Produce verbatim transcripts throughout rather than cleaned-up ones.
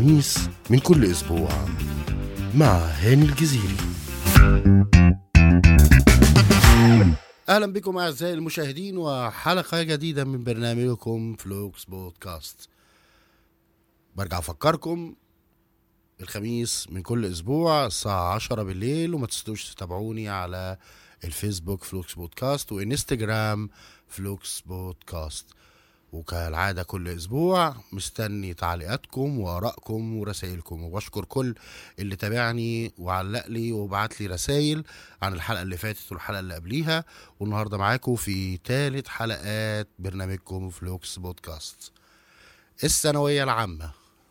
الخميس من كل أسبوع مع هاني الجزيري. أهلا بكم أعزائي المشاهدين وحلقة جديدة من برنامجكم فلوكس بودكاست. برجع أفكركم الخميس من كل أسبوع الساعة عشرة بالليل، وما تنسوش تتابعوني على الفيسبوك فلوكس بودكاست وإنستجرام فلوكس بودكاست. وكالعادة كل أسبوع مستني تعليقاتكم وآرائكم ورسائلكم، وبشكر كل اللي تابعني وعلق لي وبعت لي رسائل عن الحلقة اللي فاتت والحلقة اللي قبليها. والنهاردة معاكم في ثالث حلقات برنامجكم فلوكس بودكاست. الثانوية العامة،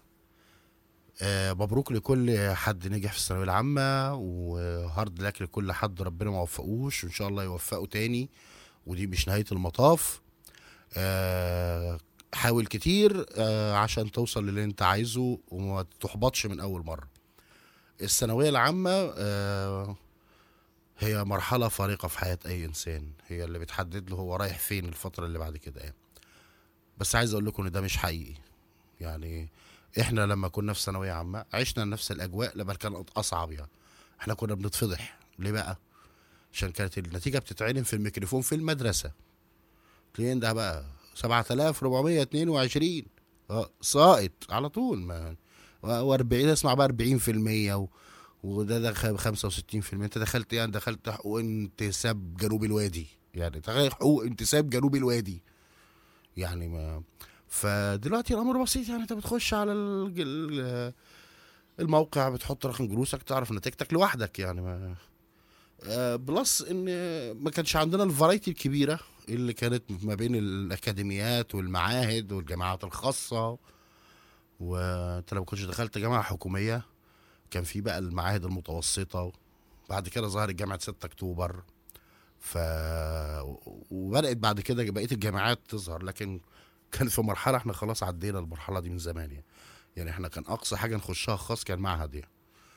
آه مبروك لكل حد نجح في الثانوية العامة، وهارد لك لكل حد ربنا ما وفقوش، وإن شاء الله يوفقه تاني، ودي مش نهاية المطاف. آه حاول كتير آه عشان توصل للي انت عايزه وما تحبطش من اول مرة. الثانوية العامة آه هي مرحلة فارقة في حياة اي انسان، هي اللي بتحدد له هو رايح فين الفترة اللي بعد كده يعني. بس عايز اقول لكم ان ده مش حقيقي. يعني احنا لما كنا في ثانوية عامة عشنا نفس الاجواء، بل كانت اصعب. يعني احنا كنا بنتفضح ليه بقى؟ عشان كانت النتيجة بتتعلن في الميكروفون في المدرسة، تلاقين ده بقى سبعة آلاف وأربعمية واتنين وعشرين اه ساقط على طول. ما واربعين اسمع بقى اربعين في المية و... وده دخل خمسة وستين في المية. انت دخلت يعني دخلت حقوق انتساب جنوب الوادي، يعني تخيل حقوق انتساب جنوب الوادي يعني. ما فدلوقتي الامر بسيط، يعني انت بتخش على ال... الموقع، بتحط رقم جلوسك، تعرف نتيجتك لوحدك يعني. ما آه بلس ان ما كانش عندنا الفرايتي الكبيره اللي كانت ما بين الاكاديميات والمعاهد والجامعات الخاصه. وانت لو كنتش دخلت جامعه حكوميه كان في بقى المعاهد المتوسطه، بعد كده ظهرت جامعه ستة اكتوبر، ف وبدات بعد كده بقيه الجامعات تظهر. لكن كان في مرحله احنا خلاص عدينا المرحله دي من زمان يعني. يعني احنا كان اقصى حاجه نخشها خاص كان معهد يعني.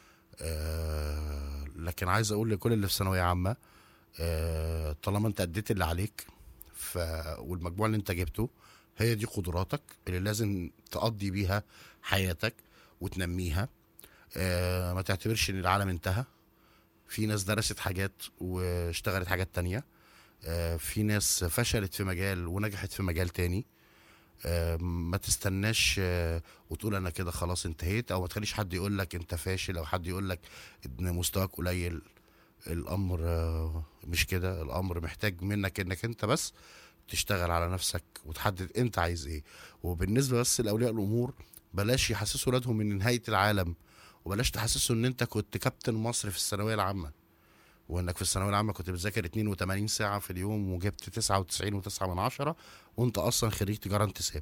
آه لكن عايز اقول لكل اللي في ثانويه عامه، آه طالما انت اديت اللي عليك ف... والمجموع اللي انت جبته، هي دي قدراتك اللي لازم تقضي بيها حياتك وتنميها. آه ما تعتبرش ان العالم انتهى. في ناس درست حاجات واشتغلت حاجات تانية، آه في ناس فشلت في مجال ونجحت في مجال تاني. آه ما تستناش آه وتقول انا كده خلاص انتهيت، او ما تخليش حد يقول لك انت فاشل، او حد يقول لك ان مستواك قليل. الامر آه مش كده. الامر محتاج منك انك انت بس تشتغل على نفسك وتحدد انت عايز ايه. وبالنسبه بس لاولياء الامور، بلاش يحسسوا ولادهم ان نهايه العالم، وبلاش تحسسوا ان انت كنت كابتن مصر في الثانويه العامه، وانك في الثانويه العامه كنت بتذاكر اتنين وتمانين ساعه في اليوم وجبت تسعة وتسعين وتسعة من عشرة، وانت اصلا خريج تجاره انتساب.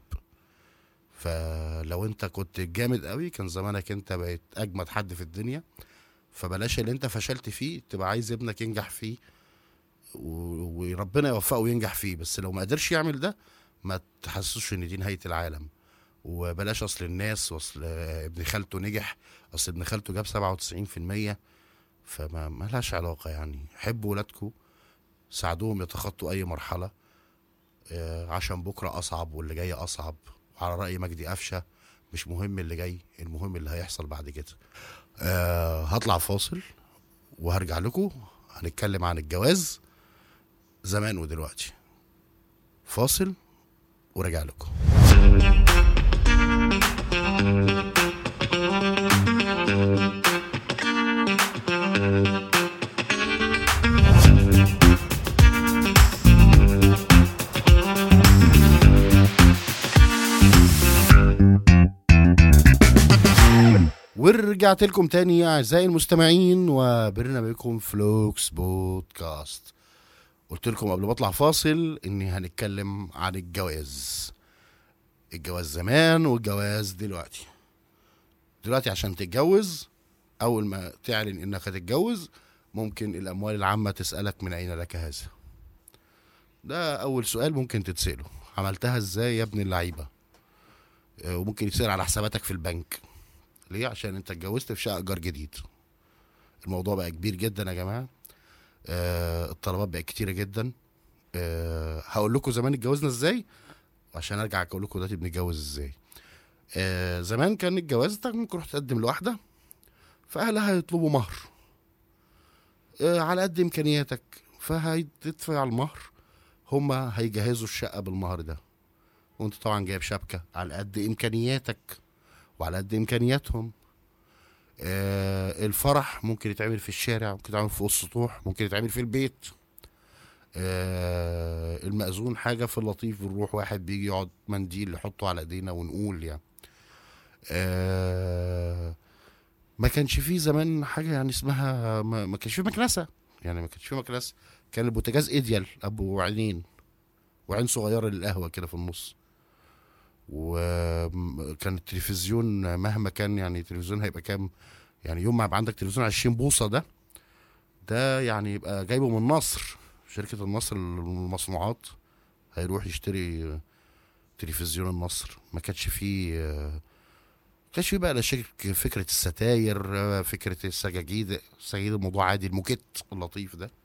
فلو انت كنت جامد قوي كان زمانك انت بقيت اجمد حد في الدنيا. فبلاش اللي انت فشلت فيه تبقى عايز ابنك ينجح فيه وربنا يوفقه وينجح فيه. بس لو ما قدرش يعمل ده ما تحسسوش ان دي نهاية العالم. وبلاش اصل الناس واصل ابن خالته نجح، اصل ابن خالته جاب سبعة وتسعين في المية، فما ملهاش علاقة. يعني حبوا ولادكم، ساعدوهم يتخطوا اي مرحلة، عشان بكرة اصعب واللي جاي اصعب. وعلى رأي مجدي قفشة، مش مهم اللي جاي، المهم اللي هيحصل بعد كده. أه هطلع فاصل وهرجع لكم، هنتكلم عن الجواز زمان ودلوقتي. فاصل ورجع لكم. ورجعت لكم تاني اعزائي المستمعين وبرنامجكم فلوكس بودكاست. قلت لكم قبل ما اطلع فاصل اني هنتكلم عن الجواز. الجواز زمان والجواز دلوقتي. دلوقتي عشان تتجوز، اول ما تعلن انك هتتجوز ممكن الاموال العامة تسألك من اين لك هذا. ده اول سؤال ممكن تتسأله، عملتها ازاي يا ابن اللعيبة؟ وممكن يتسأل على حساباتك في البنك. ليه؟ عشان انت اتجوزت في شقة ايجار جديد. الموضوع بقى كبير جدا يا جماعة. آه الطلبات بقى كتيرة جدا. أه هقول لكم زمان اتجوزنا ازاي عشان ارجع اقول لكم دلوقتي بنتجوز ازاي. آه زمان كان الجواز ده ممكن تروح تقدم لواحده، فاهلها هيطلبوا مهر آه على قد امكانياتك، فهتدفع المهر، هما هيجهزوا الشقه بالمهر ده، وانت طبعا جايب شبكه على قد امكانياتك وعلى قد امكانياتهم. آه الفرح ممكن يتعمل في الشارع، ممكن يتعمل في وسط سطوح، ممكن يتعمل في البيت. آه المأذون حاجة في اللطيف، بنروح واحد بيجي يقعد منديل يحطه على ايدينا ونقول يعني. آه ما كانش فيه زمان حاجة يعني اسمها، ما, ما كانش فيه مكنسة، يعني ما كانش فيه مكنسة. كان البوتاجاز ايديال ابو عينين، وعين صغيرة للقهوة كده في النص. وكان التلفزيون مهما كان، يعني التلفزيون هيبقى كام، يعني يوم ما يبقى عندك تلفزيون عشرين بوصة ده ده يعني يبقى جايبه من مصر، شركة النصر للمصنوعات، هيروح يشتري تلفزيون النصر. ما كانش فيه ما كانش فيه بقى لا شك- فكرة الستاير، فكرة السجاجيد السجاجيد الموضوع عادي، الموكيت اللطيف ده.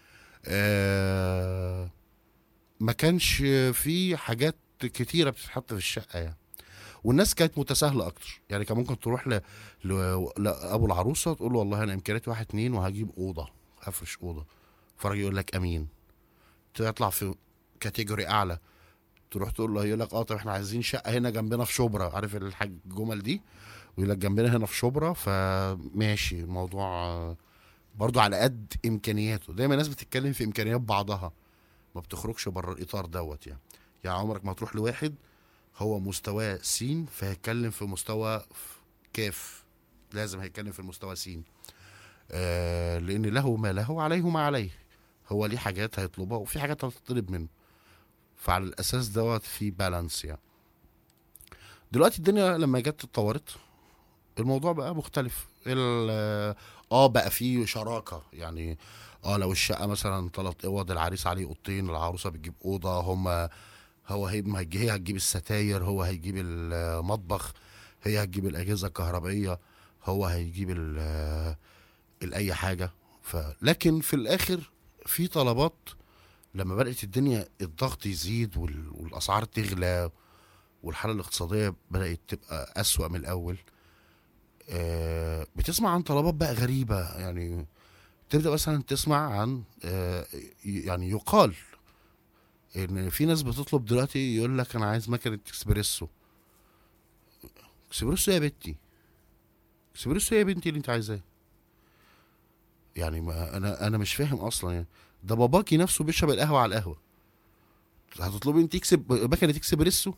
آه، ما كانش فيه حاجات كتيرة بتتحط في الشقة يعني. والناس كانت متساهلة أكتر، يعني كان ممكن تروح ل... ل... لأبو العروسة تقول له والله أنا إمكانياتي واحد اتنين وهجيب أوضة، هفرش أوضة، فالراجل يقول لك أمين. تطلع في كاتيجوري أعلى، تروح تقول له، يقول لك اه طب احنا عايزين شقه هنا جنبنا في شبرا، عارف الحاج الجمل دي، ويقول لك جنبنا هنا في شبرا، فماشي الموضوع آه، برضو على قد امكانياته. دايما الناس بتتكلم في امكانيات بعضها، ما بتخرجش بره الاطار دوت يعني. يعني عمرك ما تروح لواحد هو مستواه سين فهيتكلم في مستوى كاف، لازم هيتكلم في المستوى سين. آه لان له ما له وعليه ما عليه، هو ليه حاجات هيطلبها وفي حاجات هتطلب منه، فعلى الاساس دوت في بالانس يعني. دلوقتي الدنيا لما جت اتطورت، الموضوع بقى مختلف. ال- اه بقى فيه شراكة يعني. اه لو الشقة مثلا تلات اوض، العريس عليه اوضتين، العروسة بتجيب اوضة، هما هو هي هي هتجيب الستاير، هو هيجيب المطبخ، هي هتجيب الأجهزة الكهربائية، هو هيجيب ال- ال- أي حاجة. ف لكن في الآخر في طلبات، لما بدأت الدنيا الضغط يزيد وال- والأسعار تغلى والحالة الاقتصادية بدأت تبقى أسوأ من الأول، آه، بتسمع عن طلبات بقى غريبة يعني. تبدأ مثلا تسمع عن آه، يعني يقال ان في ناس بتطلب دلوقتي، يقول لك انا عايز مكنة اكسبريسو. اكسبريسو يا بنتي، اكسبريسو يا بنتي اللي انت عايزاه، يعني ما انا انا مش فاهم اصلا يعني. ده باباكي نفسه بيشرب القهوة على القهوة، هتطلبي انت تكسب مكنة اكسبريسو؟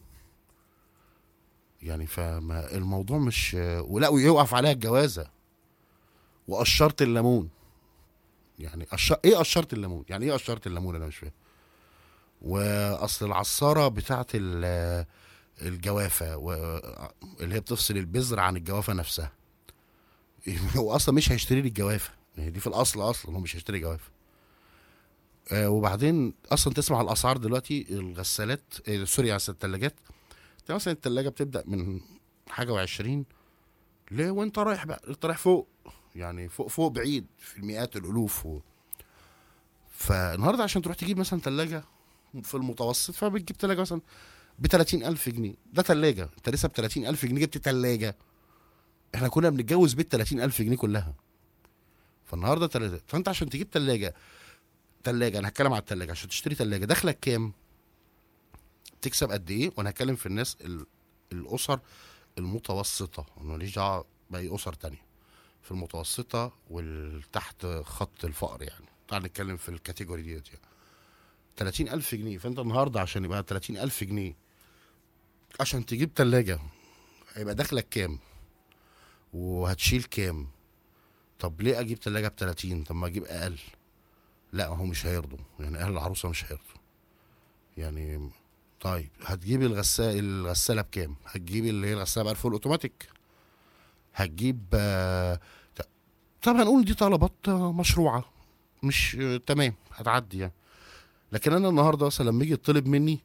يعني فما الموضوع مش، ولا ويوقف عليها الجوازة وقشرت الليمون. يعني قشر ايه قشرت الليمون؟ يعني ايه قشرت الليمون؟ انا مش فاهم. واصل العصاره بتاعت ال- الجوافه و- اللي هي بتفصل البذر عن الجوافه نفسها، هو اصلا مش هيشتري لي الجوافه، يعني دي في الاصل اصلا هو مش هيشتري جوافه. آه وبعدين اصلا تسمع الاسعار دلوقتي، الغسالات آه سوري على الثلاجات، مثلا الثلاجه بتبدا من حاجه وعشرين، ليه وانت رايح بقى، انت رايح فوق، يعني فوق فوق بعيد في المئات الالوف و... فالنهارده عشان تروح تجيب مثلا ثلاجه في المتوسط، فبتجيب ثلاجه مثلا ب تلاتين الف جنيه، ده تلاجة، انت لسه ب تلاتين الف جنيه جبت تلاجة. احنا كنا بنتجوز بيت تلاتين الف جنيه كلها، فالنهارده تلاتة. فانت عشان تجيب تلاجة، تلاجة انا هتكلم على التلاجة، عشان تشتري تلاجة دخلك كام، تكسب قد ايه. وانا هتكلم في الناس ال... الاسر المتوسطة، انا ماليش دعوة باي اسر تانية، في المتوسطة والتحت خط الفقر، يعني تعال نتكلم في الكاتيجوري ديت يعني. تلاتين الف جنيه، فانت النهارده عشان يبقى تلاتين الف جنيه عشان تجيب تلاجة، هيبقى دخلك كام وهتشيل كام؟ طب ليه اجيب تلاجة ب تلاتين؟ طب ما اجيب اقل. لا هو مش هيرضوا، يعني اهل العروسه مش هيرضوا يعني. طيب هتجيب الغسالة الغسالة بكام؟ هتجيب اللي هي الغسالة بقى فول اوتوماتيك، هتجيب آه، ط- طب هنقول دي طلبات آه، مشروعة، مش آه، تمام هتعدي يعني. لكن انا النهارده مثلا لما يجي يطلب مني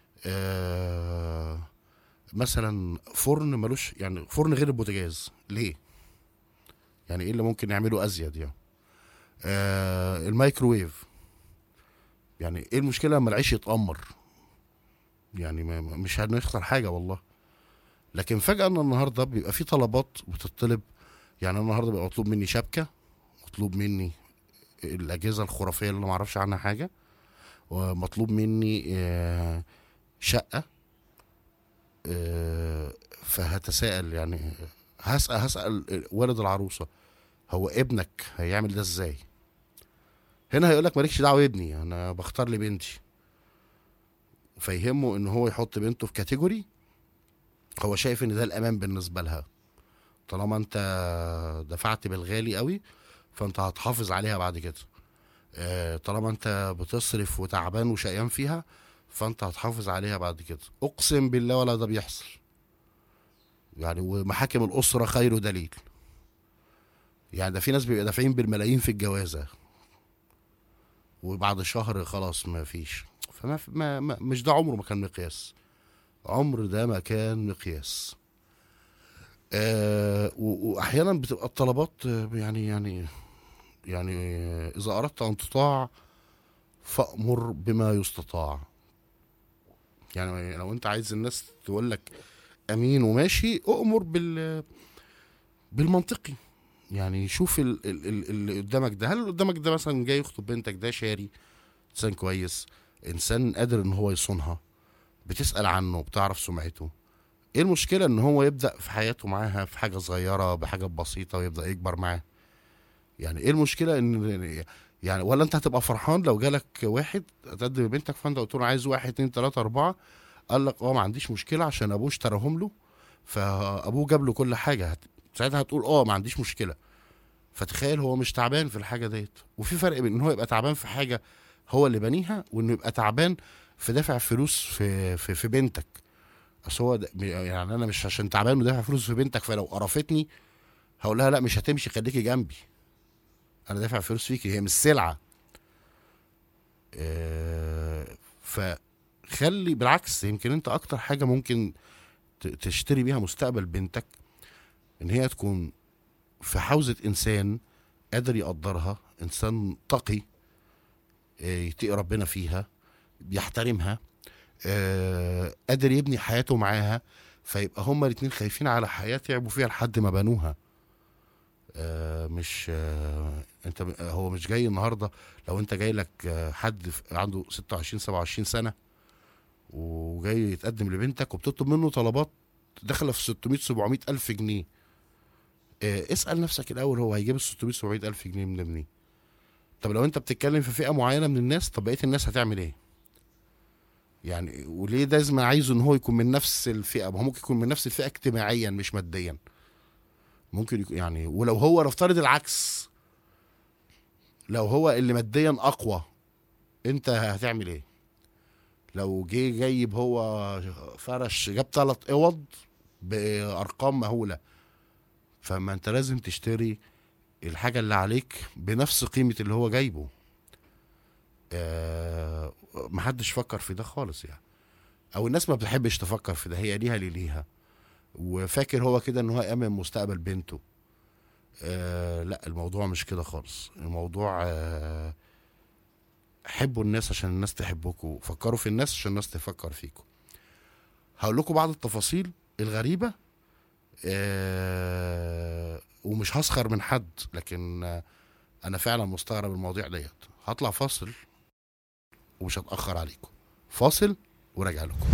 آه مثلا فرن ملوش، يعني فرن غير البوتاجاز، ليه؟ يعني ايه اللي ممكن نعمله ازيد يعني؟ آه الميكروويف، يعني ايه المشكله لما العيش يتأمر؟ يعني ما ما- مش هنخسر حاجه والله. لكن فجأة ان النهاردة بيبقى في طلبات بتطلب. يعني النهاردة بيبقى مطلوب مني شبكة، مطلوب مني الأجهزة الخرافية اللي أنا معرفش عنها حاجة، ومطلوب مني آه، شقة. آه، فهتساءل يعني، هسأل هسأل والد العروسة، هو ابنك هيعمل ده ازاي؟ هنا هيقولك مالكش دعوة يا ابني، انا بختار لي بنتي. فيهمه ان هو يحط بنته في كاتيجوري هو شايف ان ده الامان بالنسبة لها. طالما انت دفعت بالغالي قوي فانت هتحافظ عليها بعد كده. آه، طالما انت بتصرف وتعبان وشقيان فيها فانت هتحافظ عليها بعد كده. اقسم بالله ولا ده بيحصل يعني. ومحاكم الاسره خير دليل. يعني ده في ناس بيبقى دافعين بالملايين في الجوازه وبعد شهر خلاص ما فيش. فما ما ما مش ده عمره ما كان مقياس. عمر ده ما كان مقياس. آه و- واحيانا بتبقى الطلبات آه، يعني يعني يعني آه، اذا اردت ان تطاع فأمر بما يستطاع. يعني لو انت عايز الناس تقول لك امين وماشي، اؤمر بال بالمنطقي. يعني شوف ال- ال- ال- اللي قدامك ده، هل اللي قدامك ده مثلا جاي يخطب بنتك ده شاري، انسان كويس، انسان قادر ان هو يصونها، بتسأل عنه، بتعرف سمعته. ايه المشكلة ان هو يبدأ في حياته معاها في حاجة صغيرة بحاجة بسيطة ويبدأ يكبر معاه؟ يعني ايه المشكلة ان يعني، ولا انت هتبقى فرحان لو جالك واحد تقدم بنتك فانت قلت له عايز واحد اتنين تلاتة اربعة، قال لك اه ما عنديش مشكلة عشان ابوه اشتراهم له، فابوه جاب له كل حاجة، هت... ساعتها هتقول اه ما عنديش مشكلة. فتخيل هو مش تعبان في الحاجة ديت. وفي فرق بين ان هو يبقى تعبان في حاجة هو اللي بنيها، وانه يبقى تعبان في دافع فلوس في في, في بنتك. اصل هو ده يعني، انا مش عشان تعبان ودافع فلوس في بنتك فلو قرفتني هقول لها لا مش هتمشي خليكي جنبي، انا دافع فلوس فيكي، هي مش سلعة. آه، فخلي بالعكس، يمكن انت اكتر حاجة ممكن ت- تشتري بيها مستقبل بنتك ان هي تكون في حوزة انسان قادر يقدرها، انسان تقي، آه، يتقي ربنا فيها، بيحترمها، آه، قادر يبني حياته معاها. فيبقى هما الاتنين خايفين على حياة تعبوا فيها لحد ما بنوها. آه، مش آه، انت هو مش جاي النهارده. لو انت جاي لك آه، حد ف- عنده ستة وعشرين سبعة وعشرين سنة وجاي يتقدم لبنتك وبتطلب منه طلبات داخله في ستمية سبعمية الف جنيه، آه، اسأل نفسك الاول هو هيجيب ال ستمية سبعمية الف جنيه من منين؟ طب لو انت بتتكلم في فئة معينة من الناس، طب بقية الناس هتعمل ايه؟ يعني وليه لازم عايزه ان هو يكون من نفس الفئة؟ ما هو ممكن يكون من نفس الفئة اجتماعيا مش ماديا. ممكن يكون يعني، ولو هو نفترض العكس، لو هو اللي ماديا اقوى، انت هتعمل ايه؟ لو جه جايب هو فرش جاب ثلاث اوض بارقام مهولة، فما انت لازم تشتري الحاجة اللي عليك بنفس قيمة اللي هو جايبه. آه محدش فكر في ده خالص يعني، او الناس ما بتحبش تفكر في ده، هي ليها ليه ليها، وفاكر هو كده ان هو يأمن مستقبل بنته. آه لا، الموضوع مش كده خالص. الموضوع آه حبوا الناس عشان الناس تحبكم، فكروا في الناس عشان الناس تفكر فيكم. هقول لكم بعض التفاصيل الغريبة، آه ومش هسخر من حد، لكن آه انا فعلا مستغرب المواضيع ديت. هطلع فاصل ومش هتأخر عليكم. فاصل وراجع لكم.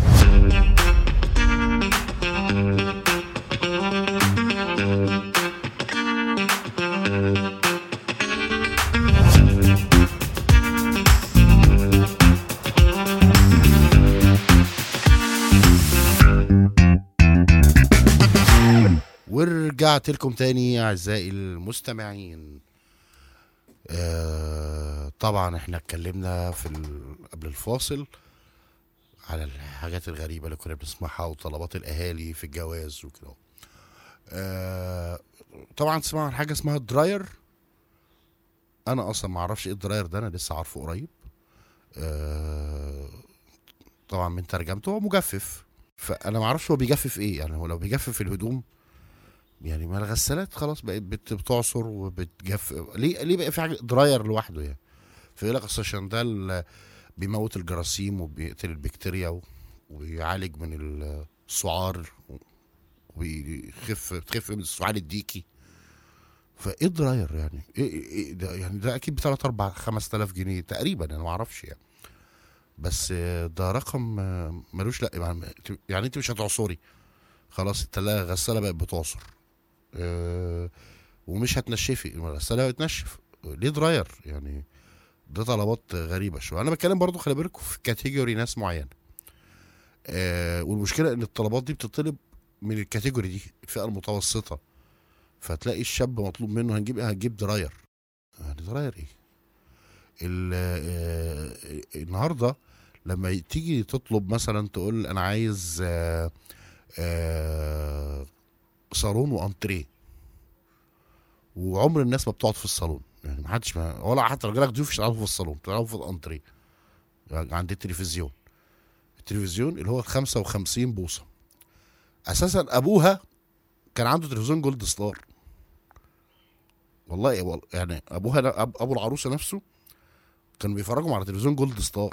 ورجعت لكم تاني اعزائي المستمعين. آه طبعا احنا اتكلمنا في ال... قبل الفاصل على الحاجات الغريبة اللي كنا بنسمعها وطلبات الاهالي في الجواز وكده. آه طبعا تسمع عن حاجة اسمها الدراير. انا اصلا ما اعرفش ايه الدراير ده، انا لسه عارفه قريب. آه طبعا من ترجمته هو مجفف، فانا ما اعرفش هو بيجفف ايه. يعني هو لو بيجفف الهدوم، يعني ما الغسالات خلاص بقت بت- بتعصر وبتجف، ليه ليه بقى في حاجه دراير لوحده يعني؟ فيقول لك اصل عشان ده ال- بيموت الجراثيم وبيقتل البكتيريا و- ويعالج من السعار. وبيخف بتخف من السعال الديكي. فايه دراير يعني ايه, إيه ده يعني ده اكيد بثلاث اربع خمس تلاف جنيه تقريبا، انا ما اعرفش يعني. بس ده رقم ملوش لا يعني, يعني انت مش هتعصري خلاص، التلاجة غسالة بقت بتعصر اه ومش هتنشفي الغسالة بتنشف، ليه دراير يعني؟ ده طلبات غريبة شوية. انا بتكلم برضو خلي بالكم في كاتيجوري ناس معينة اه والمشكلة ان الطلبات دي بتطلب من الكاتيجوري دي الفئة المتوسطة، فتلاقي الشاب مطلوب منه هنجيب ايه؟ هنجيب دراير. يعني دراير ايه؟ اه النهارده لما تيجي تطلب مثلا تقول انا عايز اه اه صالون وانتريه، وعمر الناس ما بتقعد في الصالون، يعني ما حدش ما ولا حتى لو جالك ضيوف مش هتقعدوا في الصالون، بتقعدوا في الانتريه يعني عند التلفزيون. التلفزيون اللي هو خمسة وخمسين بوصه، اساسا ابوها كان عنده تلفزيون جولد ستار. والله يعني ابوها ابو العروسه نفسه كانوا بيفرجوا على تلفزيون جولد ستار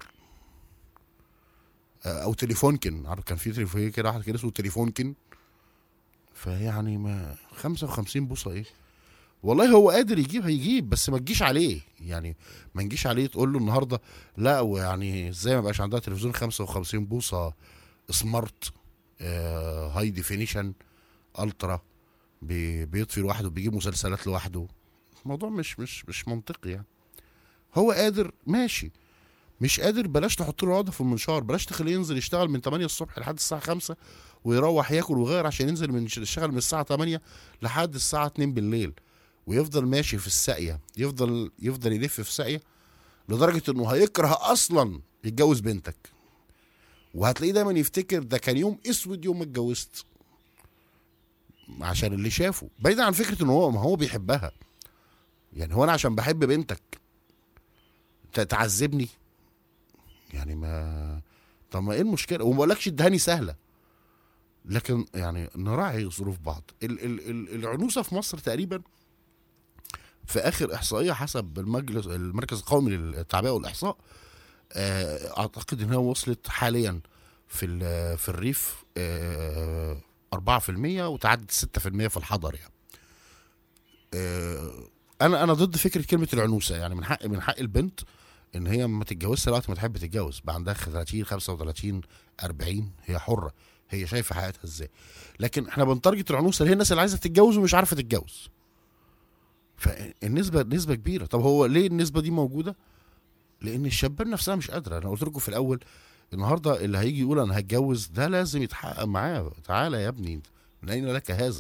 او تليفونكن، عارف كان في تليفون كده واحد كده اسمه تليفونكن. فيعني ما خمسة وخمسين بوصه ايه؟ والله هو قادر يجيب هيجيب، بس ما تجيش عليه يعني، ما نجيش عليه تقول له النهارده لا ويعني ازاي ما بقاش عندها تلفزيون خمسة وخمسين بوصه سمارت آه هاي ديفينيشن الترا بيطفي لوحده بيجيب مسلسلات لوحده. الموضوع مش مش مش منطقي يعني. هو قادر ماشي، مش قادر بلاش تحط له عقده في المنشار، بلاش تخليه ينزل يشتغل من تمانية الصبح لحد الساعه خمسة ويروح ياكل ويغير عشان ينزل من يشتغل من الساعه تمانية لحد الساعه اتنين بالليل، ويفضل ماشي في الساقيه، يفضل يفضل يلف في ساقيه لدرجه انه هيكره اصلا يتجوز بنتك، وهتلاقيه دايما يفتكر ده كان يوم اسود يوم ما اتجوزت، عشان اللي شافه بعيدا عن فكره ان هو ما هو بيحبها. يعني هو انا عشان بحب بنتك تعذبني يعني؟ ما طب ما ايه المشكله؟ وما بقولكش ادهاني سهله، لكن يعني نراعي ظروف بعض. ال ال ال العنوسه في مصر تقريبا في اخر احصائيه حسب المجلس المركز القومي للتعبئه والاحصاء اعتقد انها وصلت حاليا في في الريف أربعة في المية وتعدت ستة في المية في الحضر يعني. انا انا ضد فكره كلمه العنوسه، يعني من حق من حق البنت ان هي ما تتجوزش وقت ما تحب تتجوز، بقى عندها ثلاثين خمسة وثلاثين أربعين هي حره، هي شايفه حياتها ازاي. لكن احنا بنتارجت العنوسه اللي هي الناس اللي عايزه تتجوز ومش عارفه تتجوز، فالنسبه نسبه كبيره. طب هو ليه النسبه دي موجوده؟ لان الشابه نفسها مش قادره. انا قلت لكم في الاول النهارده اللي هيجي يقول انا هتجوز ده لازم يتحقق معاه، تعالى يا ابني من اين لك هذا؟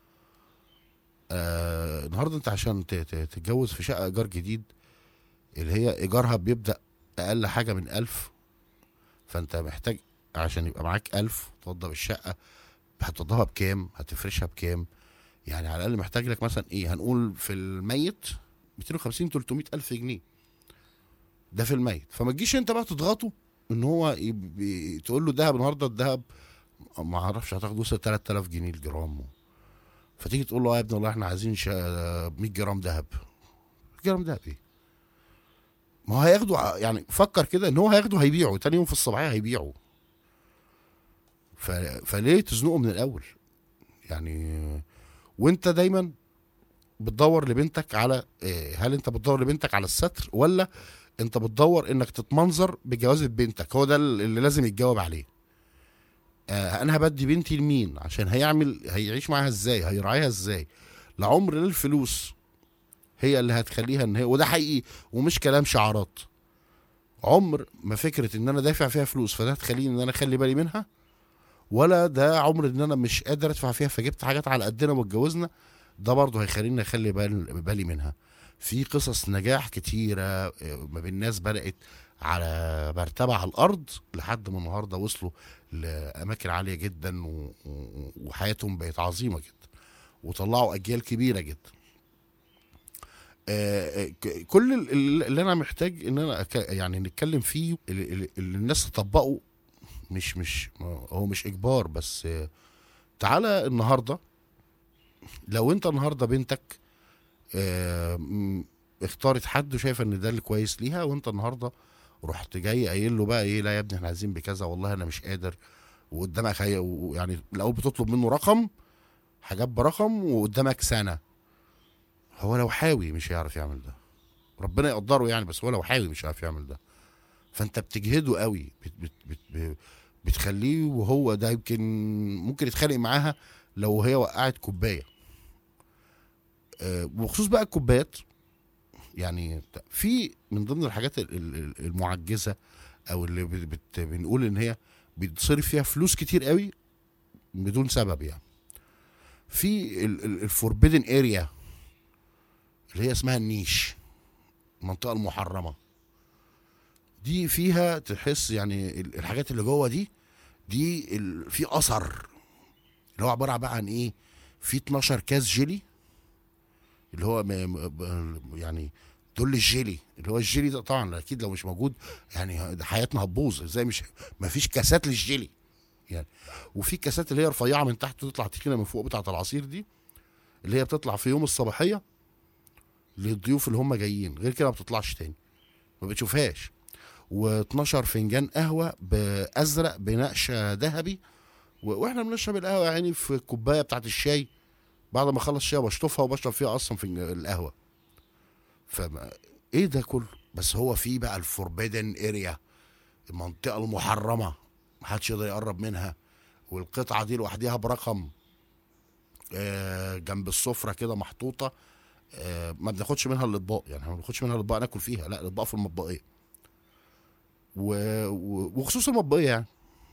آه النهارده انت عشان تتجوز في شقه ايجار جديد اللي هي ايجارها بيبدا اقل حاجه من ألف، فانت محتاج عشان يبقى معاك ألف توضب الشقه، هتوضبها بكام؟ هتفرشها بكام؟ يعني على الاقل محتاج لك مثلا ايه، هنقول في الميت مئتين وخمسين تلتمية الف جنيه، ده في الميت. فما تجيش انت بقى تضغطه ان هو تقول له دهب النهارده الدهب ما اعرفش هتاخده تلات آلاف جنيه الجرام، فتيجي تقول له يا ابني والله احنا عايزين مية جرام دهب. جرام دهب ايه؟ ما هو هياخده يعني، فكر كده ان هو هياخده هيبيعه تاني يوم في الصباحيه هيبيعه. ف... فليه تزنقه من الاول يعني؟ وانت دايما بتدور لبنتك على إيه؟ هل انت بتدور لبنتك على الستر ولا انت بتدور انك تتمنظر بجوازة بنتك؟ هو ده اللي لازم يتجاوب عليه. آه انا هبدي بنتي لمين؟ عشان هيعمل هيعيش معاها ازاي؟ هيراعيها ازاي؟ لعمر للفلوس هي اللي هتخليها ان هي، وده حقيقي ومش كلام شعارات، عمر ما فكرة ان انا دافع فيها فلوس فده هتخليني ان انا اخلي بالي منها، ولا ده عمر ان انا مش قادر ادفع فيها فجبت حاجات على قدنا واتجوزنا ده برضه هيخليني اخلي بالي منها. في قصص نجاح كتيرة ما بين ناس بدأت على مرتبة على الارض لحد ما النهارده وصلوا لاماكن عالية جدا وحياتهم بقت عظيمة جدا وطلعوا اجيال كبيرة جدا. كل اللي انا محتاج ان انا يعني نتكلم فيه اللي الناس تطبقه، مش مش هو مش اجبار، بس تعالى النهارده لو انت النهارده بنتك اختارت حد وشايفه ان ده اللي كويس ليها، وانت النهارده رحت جاي قايل له بقى ايه، لا يا ابني احنا عايزين بكذا والله انا مش قادر، وقدامك يعني الاول بتطلب منه رقم حاجات برقم وقدامك سنه. هو لو حاوي مش هيعرف يعمل ده، ربنا يقدره يعني، بس هو لو حاوي مش هيعرف يعمل ده. فانت بتجهده قوي، بت بت بت ب- بتخليه، وهو ده يمكن ممكن يتخانق معاها لو هي وقعت كوبايه. أه وبخصوص بقى الكوبايات، يعني في من ضمن الحاجات ال- ال- المعجزه، او اللي بت بت بنقول ان هي بيتصرف فيها فلوس كتير قوي بدون سبب يعني. في الفوربيدن اريا اللي هي اسمها النيش، المنطقه المحرمه دي، فيها تحس يعني ال- الحاجات اللي جوه دي، دي ال- في اثر اللي هو عباره بقى عن ايه. في اتناشر كاس جيلي، اللي هو م- م- يعني دول الجيلي، اللي هو الجيلي ده طبعا اكيد لو مش موجود يعني حياتنا هتبوظ ازاي. مش ما فيش كاسات للجيلي يعني. وفي كاسات اللي هي رفيعه من تحت تطلع تخينه من فوق بتاعه العصير دي، اللي هي بتطلع في يوم الصباحيه للضيوف اللي هم جايين، غير كده ما بتطلعش تاني، ما بتشوفهاش. و12 فنجان قهوه بازرق بنقشه ذهبي، و- واحنا بنشرب القهوه يعني في الكوبايه بتاعت الشاي. بعد ما اخلص شاي بشطفها وبشرب فيها اصلا في القهوه. فما ايه ده كله؟ بس هو في بقى الفوربيدن اريا، المنطقه المحرمه، محدش يقدر يقرب منها. والقطعه دي لوحديها برقم، آه جنب السفره كده محطوطه. آه ما بناخدش منها الاطباق، يعني ما بناخدش منها الاطباق ناكل فيها، لا الاطباق في المطبقيه. و- و- وخصوص المطبقيه يعني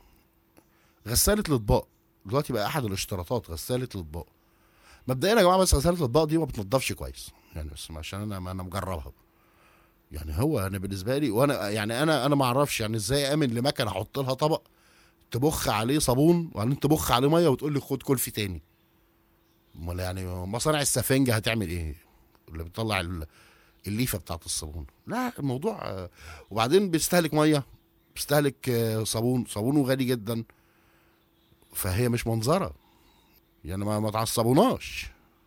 غساله الاطباق دلوقتي بقى احد الاشتراطات، غساله الاطباق. مبدئيا يا جماعه، بس غساله الاطباق دي ما بتنضفش كويس يعني، بس عشان انا ما انا مجربها يعني. هو انا بالنسبه لي، وانا يعني انا انا ما اعرفش يعني ازاي امن لمكنه احط لها طبق تبخ عليه صابون وبعدين تبخ عليه ميه وتقول لي خد كل في تاني. امال يعني مصانع السفنجه هتعمل ايه اللي بتطلع ال- الليفه بتاعت الصابون؟ لا الموضوع آه، وبعدين بيستهلك ميه، بيستهلك آه، صابون، صابونه غالي جدا. فهي مش منظره يعني، ما ما تعصبوناش.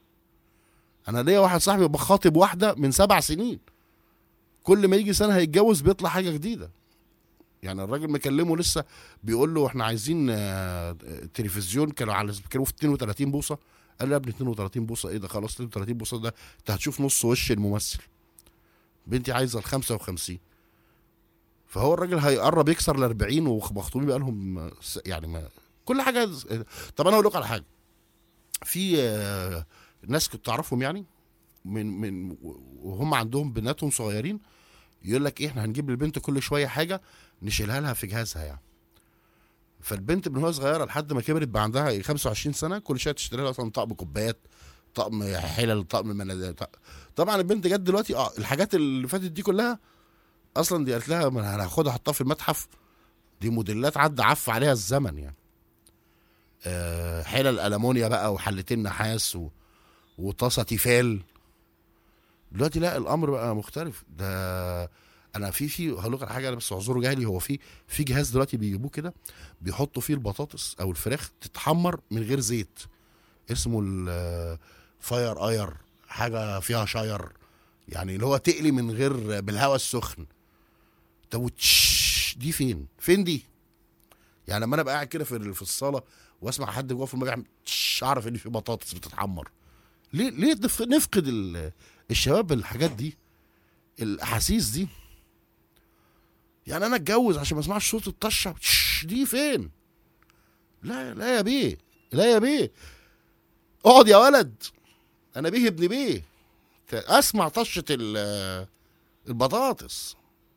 انا ليا واحد صاحبي بخاطب واحده من سبع سنين، كل ما يجي سنه هيتجوز بيطلع حاجه جديده. يعني الراجل مكلمه لسه بيقول له احنا عايزين آه، تلفزيون، كانوا على كانوا في اتنين وتلاتين بوصه. قال له يا ابني اتنين وتلاتين بوصه ايه ده؟ خلاص اتنين وتلاتين بوصه ده انت هتشوف نص وش الممثل. بنتي عايزه ال خمسة وخمسين. فهو الراجل هيقرب يكسر ال اربعين ومخطوبين بقى لهم يعني ما كل حاجه. طب انا اقول لك على حاجه. في آه، ناس كنت تعرفهم يعني، من من وهم عندهم بناتهم صغيرين، يقول لك ايه احنا هنجيب للبنت كل شويه حاجه نشيلها لها في جهازها يعني. فالبنت من وهي صغيره لحد ما كبرت بقى عندها خمسة وعشرين سنه، كل شويه تشتري لها مثلا طقم كوبايات، طقم حلل، طقم مناديل. طبعا البنت جت دلوقتي اه الحاجات اللي فاتت دي كلها اصلا دي قالت لها ما انا هاخدها احطها في المتحف، دي موديلات عدى عف عليها الزمن يعني. أه حلل المونيا بقى وحلتين نحاس و... وطاسه تيفال. دلوقتي لا الامر بقى مختلف. ده انا في في هقول لك على حاجه، انا بس اعذروا جهلي. هو في في جهاز دلوقتي بيجيبوه كده، بيحطوا فيه البطاطس او الفراخ تتحمر من غير زيت، اسمه الفاير اير، حاجه فيها شاير يعني، اللي هو تقلي من غير بالهواء السخن. طب وتش دي فين فين دي؟ يعني لما انا بقى قاعد كده في في الصاله واسمع حد جوه في المطبخ يعمل تش، اعرف ان في بطاطس بتتحمر. ليه ليه نف- نفقد ال- الشباب الحاجات دي، الاحاسيس دي؟ يعني انا اتجوز عشان ما اسمعش صوت الطشه تش دي فين؟ لا لا يا بيه، لا يا بيه، اقعد يا ولد، انا بيه ابن بيه، اسمع طشه ال- البطاطس.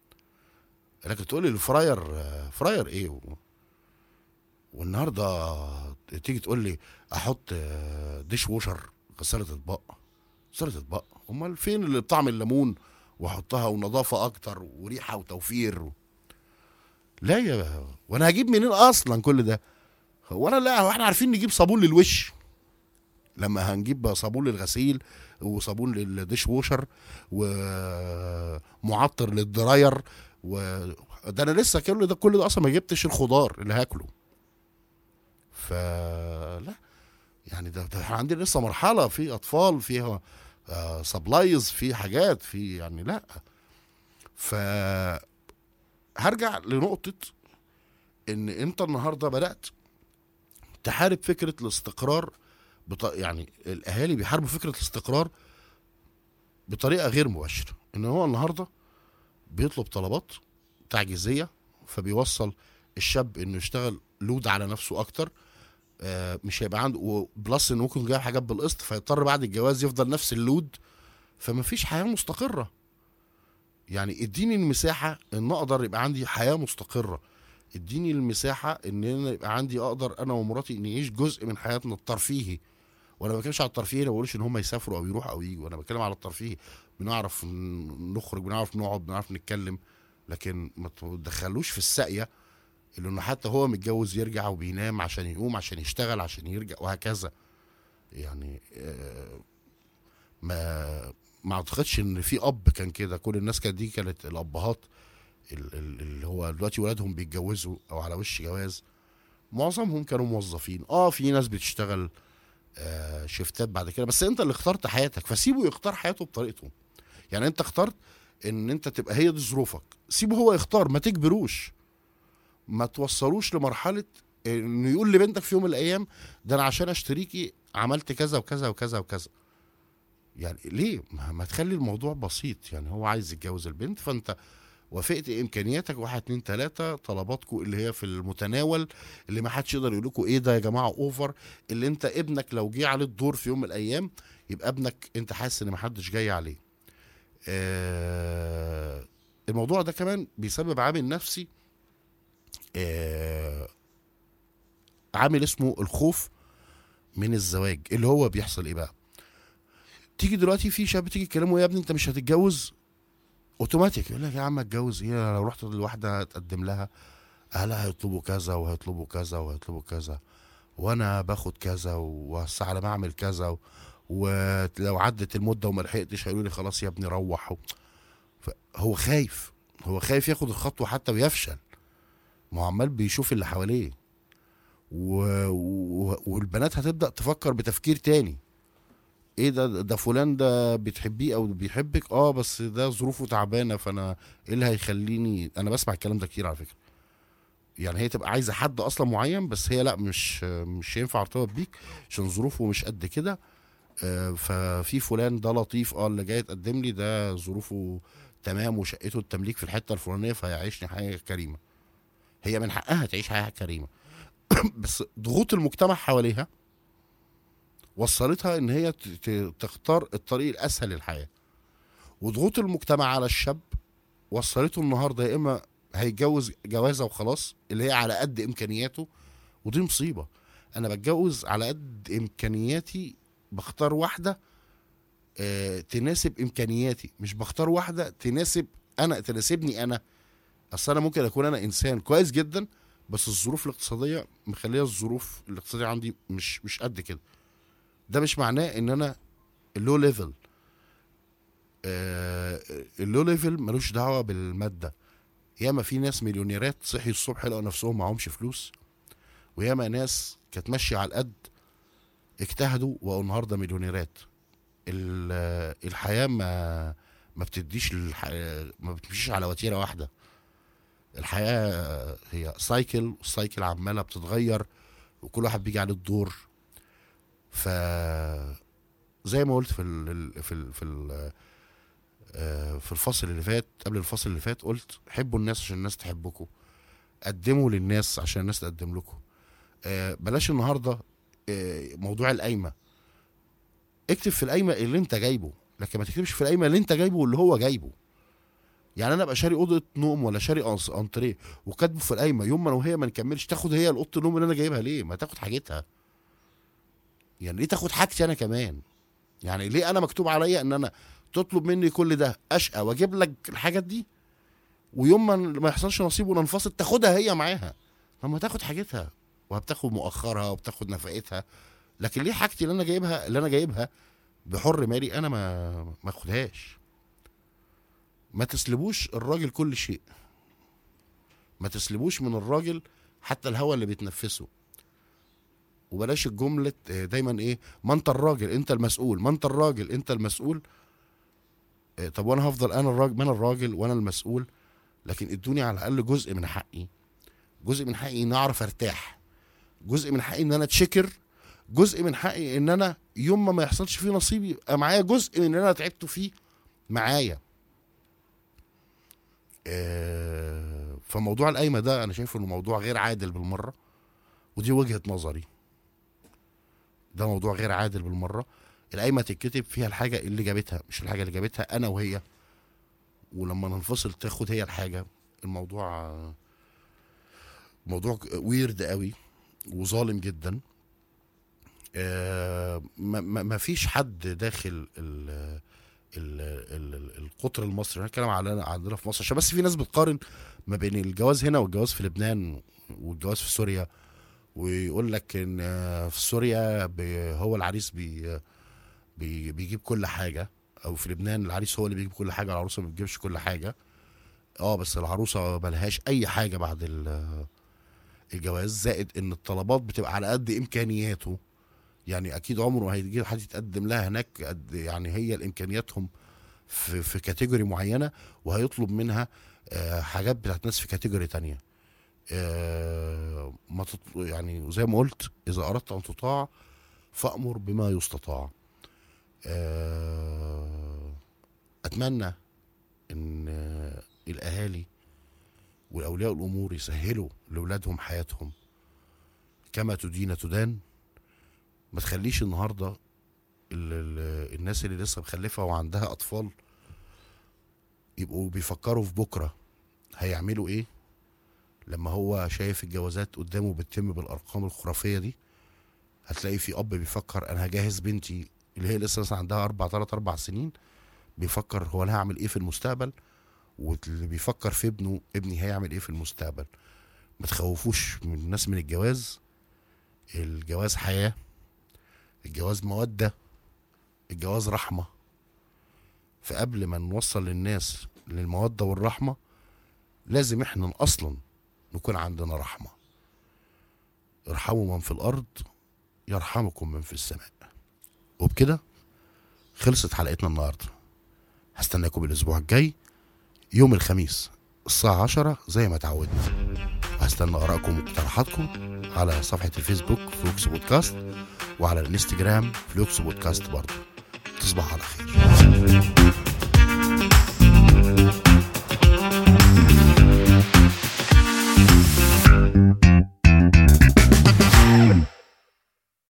لكن تقول لي الفراير، فراير ايه و... والنهارده تيجي تقول لي احط ديش ووشر، غساله اطباق، غساله اطباق. امال فين اللي بطعم الليمون واحطها ونظافه اكتر وريحه وتوفير و... لا يا، وانا هجيب منين اصلا كل ده؟ هو انا لا، هو احنا عارفين نجيب صابون للوش لما هنجيب صابون للغسيل وصابون للديش ووشر ومعطر للدراير و... ده انا لسه كل ده كل ده اصلا ما جبتش الخضار اللي هاكله. فلا يعني ده, ده احنا عندنا لسه مرحله في اطفال فيها آه سبلايز، في حاجات في يعني لا. فهرجع لنقطه ان انت النهارده بدات تحارب فكره الاستقرار بط... يعني الاهالي بيحاربوا فكره الاستقرار بطريقه غير مباشره، ان هو النهارده بيطلب طلبات تعجيزيه، فبيوصل الشاب انه يشتغل لود على نفسه اكتر. آه مش هيبقى عنده، بلس انه ممكن جايب حاجات بالقسط، فيضطر بعد الجواز يفضل نفس اللود، فما فيش حياه مستقره. يعني اديني المساحه ان اقدر يبقى عندي حياه مستقره، اديني المساحه ان انا يبقى عندي اقدر انا ومراتي نعيش جزء من حياتنا الترفيهي. وانا ما بتكلمش على الترفيه، انا ما بقولش ان هم يسافروا او يروحوا او يجوا، انا بتكلم على الترفيه. بنعرف نخرج، بنعرف نقعد، بنعرف نتكلم، لكن ما تدخلوش في الساقيه اللي انه حتى هو متجوز يرجع وبينام عشان يقوم عشان يشتغل عشان يرجع وهكذا. يعني آه، ما ما اعتقدش ان في اب كان كده. كل الناس كانت دي كانت الابهات ال- ال- اللي هو دلوقتي ولادهم بيتجوزوا او على وش جواز، معظمهم كانوا موظفين. اه في ناس بتشتغل آه شيفتات بعد كده، بس انت اللي اخترت حياتك، فسيبه يختار حياته بطريقته. يعني انت اخترت ان انت تبقى هي دي ظروفك، سيبه هو يختار، ما تجبروش، ما توصلوش لمرحله انه يقول لبنتك في يوم من الايام ده انا عشان اشتريكي عملت كذا وكذا وكذا وكذا. يعني ليه ما, ما تخلي الموضوع بسيط؟ يعني هو عايز يتجوز البنت، فانت وافقت امكانياتك، واحد اتنين تلاته، طلباتكم اللي هي في المتناول، اللي ما حدش يقدر يقول لكم ايه ده يا جماعه اوفر، اللي انت ابنك لو جه عليه الدور في يوم من الايام يبقى ابنك انت حاسس ان ما حدش جاي عليه. آه الموضوع ده كمان بيسبب عامل نفسي، آه عامل اسمه الخوف من الزواج. اللي هو بيحصل ايه بقى؟ تيجي دلوقتي في شاب تيجي تكلمه يا ابني انت مش هتتجوز، اوتوماتيك يقول لك يا عم اتجوز ايه، لو رحت لواحده تقدم لها اهلها هيطلبوا كذا وهيطلبوا كذا وهيطلبوا كذا، وانا باخد كذا وهسه على ما اعمل كذا و... ولو عدت المده وما لحقتش هيقولوا لي خلاص يا ابني روح و... هو خايف، هو خايف ياخد الخطوه حتى ويفشل. ما هو عمال بيشوف اللي حواليه و... و... والبنات هتبدا تفكر بتفكير تاني. ايه ده ده فلان ده بتحبيه او بيحبك، اه بس ده ظروفه تعبانه، فانا ايه اللي هيخليني؟ انا بسمع الكلام ده كتير على فكره. يعني هي تبقى عايزه حد اصلا معين، بس هي لا، مش مش هينفع ارتبط بيك عشان ظروفه مش قد كده. آه، ففي فلان ده لطيف، اه اللي جاي يتقدم لي ده ظروفه تمام وشقته التمليك في الحته الفلانيه فهيعيشني حياه كريمه. هي من حقها تعيش حياه كريمه بس ضغوط المجتمع حواليها وصلتها ان هي ت- ت- تختار الطريق الاسهل للحياه. وضغوط المجتمع على الشاب وصلته النهارده يا اما هيتجوز جوازه وخلاص اللي هي على قد امكانياته، ودي مصيبه. انا بتجوز على قد امكانياتي، بختار واحده آه تناسب امكانياتي، مش بختار واحده تناسب انا تناسبني انا. اصل انا ممكن اكون انا انسان كويس جدا، بس الظروف الاقتصاديه مخليه الظروف الاقتصاديه عندي مش مش قد كده. ده مش معناه ان انا اللو ليفل. آه اللو ليفل ملوش دعوه بالماده. ياما في ناس مليونيرات صحي الصبح لقوا نفسهم معهمش فلوس، وياما ناس كانت ماشيه على القد اجتهدوا وبقوا النهارده مليونيرات. ال- الحياه ما ما بتديش الح... ما بتمشيش على وتيره واحده. الحياه هي سايكل، والسايكل عماله بتتغير، وكل واحد بيجي عليه الدور. ف زي ما قلت في ال... في ال... في ال... آه، في الفصل اللي فات، قبل الفصل اللي فات، قلت حبوا الناس عشان الناس تحبكم، قدموا للناس عشان الناس تقدم لكم. آه، بلاش النهارده آه، موضوع القايمه. اكتب في القايمه اللي انت جايبه، لكن ما تكتبش في القايمه اللي انت جايبه واللي هو جايبه. يعني انا ابقى شاري اوضه نوم ولا شاري أنس- انتريه وكاتبه في القايمه، يوم ما انا وهي ما نكملش تاخد هي الاوضه النوم اللي انا جايبها، ليه ما تاخد حاجتها؟ يعني ليه تاخد حاجتي انا كمان؟ يعني ليه انا مكتوب عليا ان انا تطلب مني كل ده اشقى واجيب لك الحاجات دي، ويوم ما ما يحصلش نصيب وننفصل تاخدها هي معاها؟ لما تاخد حاجتها وبتاخد مؤخرها وبتاخد نفقتها، لكن ليه حاجتي اللي انا جايبها اللي انا جايبها بحر مالي انا ما ما اخدهاش؟ ما تسلبوش الراجل كل شيء، ما تسلبوش من الراجل حتى الهوى اللي بيتنفسه. وبلاش الجملة آه، دايما ايه، ما انت الراجل انت المسؤول، ما انت الراجل انت المسؤول. آه، طب وانا هفضل انا الراجل، ما انا الراجل وانا المسؤول، لكن ادوني على الاقل جزء من حقي. جزء من حقي ان اعرف ارتاح، جزء من حقي ان انا اتشكر، جزء من حقي ان انا يوم ما ما يحصلش فيه نصيب يبقى معايا جزء من ان انا تعبت فيه معايا. آه فموضوع القايمه ده انا شايفه انه موضوع غير عادل بالمره، ودي وجهه نظري. ده موضوع غير عادل بالمره. القايمه تتكتب فيها الحاجه اللي جابتها، مش الحاجه اللي جابتها انا وهي، ولما ننفصل تاخد هي الحاجه. الموضوع موضوع ويرد قوي وظالم جدا. آه ما, ما فيش حد داخل ال ال ال القطر المصري، انا هتكلم على عندنا في مصر عشان بس في ناس بتقارن ما بين الجواز هنا والجواز في لبنان والجواز في سوريا، ويقول لك ان في سوريا هو العريس بي بي بيجيب كل حاجه، او في لبنان العريس هو اللي بيجيب كل حاجه، العروسه ما بتجيبش كل حاجه. اه بس العروسه ملهاش اي حاجه بعد الجواز، زائد ان الطلبات بتبقى على قد امكانياته. يعني اكيد عمره ما هيجي حد يتقدم لها هناك قد يعني هي الامكانياتهم في في كاتيجوري معينه، وهيطلب منها آه حاجات بتاعت ناس في كاتيجوري تانية. آه ما تطل... يعني زي ما قلت، اذا اردت ان تطاع فامر بما يستطاع. آه اتمنى ان آه الاهالي والاولياء الامور يسهلوا لاولادهم حياتهم كما تدين تدان. ما تخليش النهارده ال ال الناس اللي لسه مخلفه وعندها اطفال يبقوا بيفكروا في بكره هيعملوا ايه لما هو شايف الجوازات قدامه بتتم بالارقام الخرافيه دي. هتلاقي في اب بيفكر انا هجهز بنتي اللي هي لسه مثلا عندها اربع ثلاث اربع سنين، بيفكر هو انا هعمل ايه في المستقبل، واللي بيفكر في ابنه ابني هيعمل ايه في المستقبل. ما تخوفوش من الناس من الجواز. الجواز حياه، الجواز مودة، الجواز رحمة. فقبل ما نوصل للناس للمودة والرحمة لازم احنا اصلا نكون عندنا رحمة. ارحموا من في الارض يرحمكم من في السماء. وبكده خلصت حلقتنا النهاردة. هستناكم الاسبوع الجاي يوم الخميس الساعة عشرة زي ما تعودنا، وهستنى ارائكم واقتراحاتكم على صفحة الفيسبوك فلوكس بودكاست، وعلى الانستجرام فلوكس بودكاست برضه. تصبح على خير.